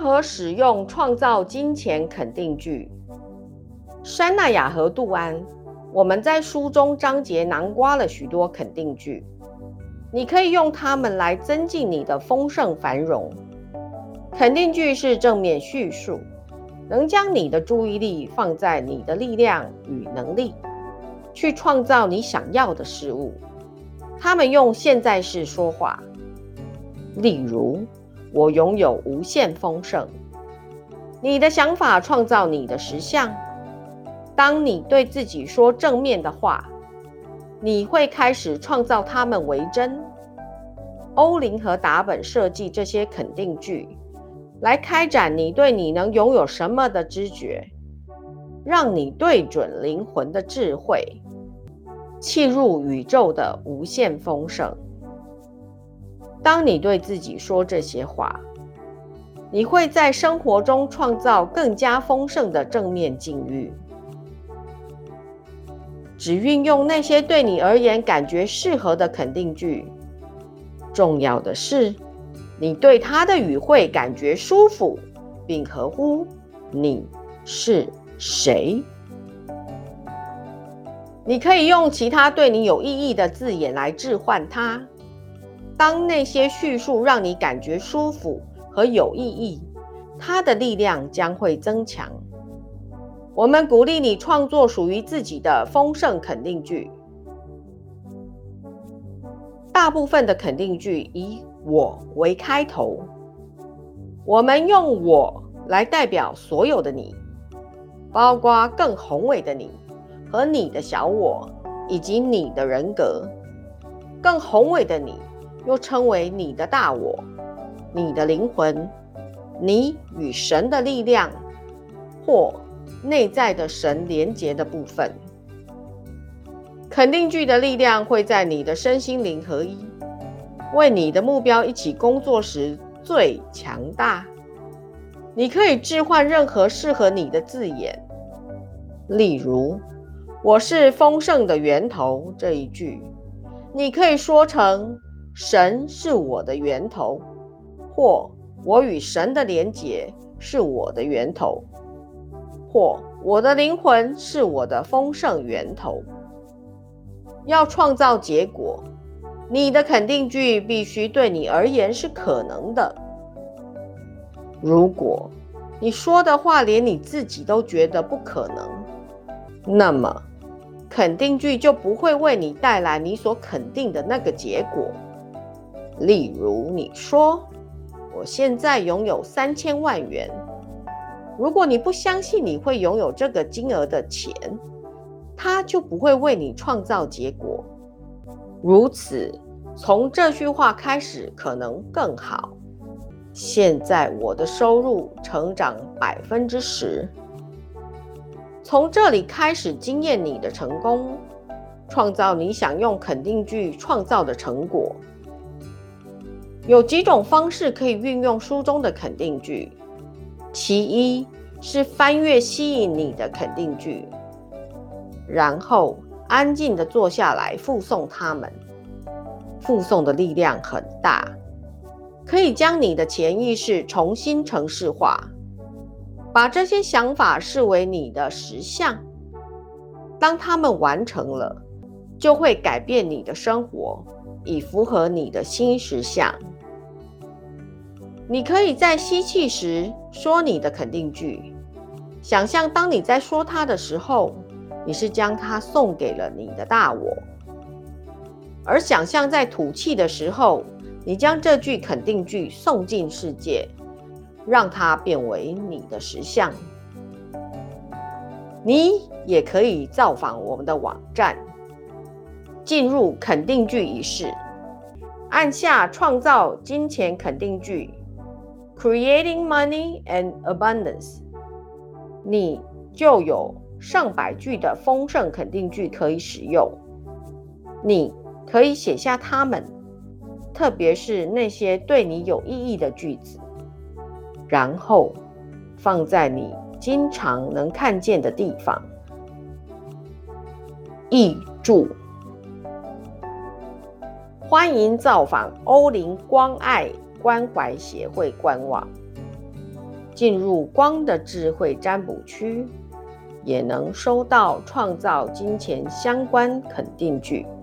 何使用创造金钱肯定句？山奈雅和杜安，我们在书中章节囊括了许多肯定句，你可以用它们来增进你的丰盛繁荣。肯定句是正面叙述，能将你的注意力放在你的力量与能力，去创造你想要的事物。他们用现在式说话，例如我拥有无限丰盛。你的想法创造你的实相。当你对自己说正面的话，你会开始创造它们为真。欧林和达本设计这些肯定句，来开展你对你能拥有什么的知觉，让你对准灵魂的智慧，契入宇宙的无限丰盛。当你对自己说这些话，你会在生活中创造更加丰盛的正面境遇。只运用那些对你而言感觉适合的肯定句。重要的是，你对它的语汇感觉舒服，并合乎你是谁。你可以用其他对你有意义的字眼来置换它。当那些叙述让你感觉舒服和有意义，它的力量将会增强。我们鼓励你创作属于自己的丰盛肯定句。大部分的肯定句以我为开头，我们用我来代表所有的你，包括更宏伟的你和你的小我以及你的人格。更宏伟的你又称为你的大我、你的灵魂、你与神的力量或内在的神连结的部分。肯定句的力量会在你的身心灵合一，为你的目标一起工作时最强大。你可以置换任何适合你的字眼，例如我是丰盛的源头这一句，你可以说成神是我的源头，或我与神的连结是我的源头，或我的灵魂是我的丰盛源头。要创造结果，你的肯定句必须对你而言是可能的。如果你说的话连你自己都觉得不可能，那么肯定句就不会为你带来你所肯定的那个结果。例如你说，我现在拥有3000万元。如果你不相信你会拥有这个金额的钱，它就不会为你创造结果。如此，从这句话开始可能更好。现在我的收入成长10%。从这里开始经验你的成功，创造你想用肯定句创造的成果。有几种方式可以运用书中的肯定句。其一是翻阅吸引你的肯定句，然后安静地坐下来复诵它们。复诵的力量很大，可以将你的潜意识重新程式化，把这些想法视为你的实相。当它们完成了，就会改变你的生活，以符合你的新实相。你可以在吸气时说你的肯定句，想象当你在说它的时候，你是将它送给了你的大我，而想象在吐气的时候，你将这句肯定句送进世界，让它变为你的实相。你也可以造访我们的网站，进入肯定句仪式，按下创造金钱肯定句 Creating Money and Abundance， 你就有上百句的丰盛肯定句可以使用。你可以写下它们，特别是那些对你有意义的句子，然后放在你经常能看见的地方。译注：欢迎造访欧林关爱关怀协会官网， 进入光的智慧占卜区，也能收到创造金钱相关肯定句。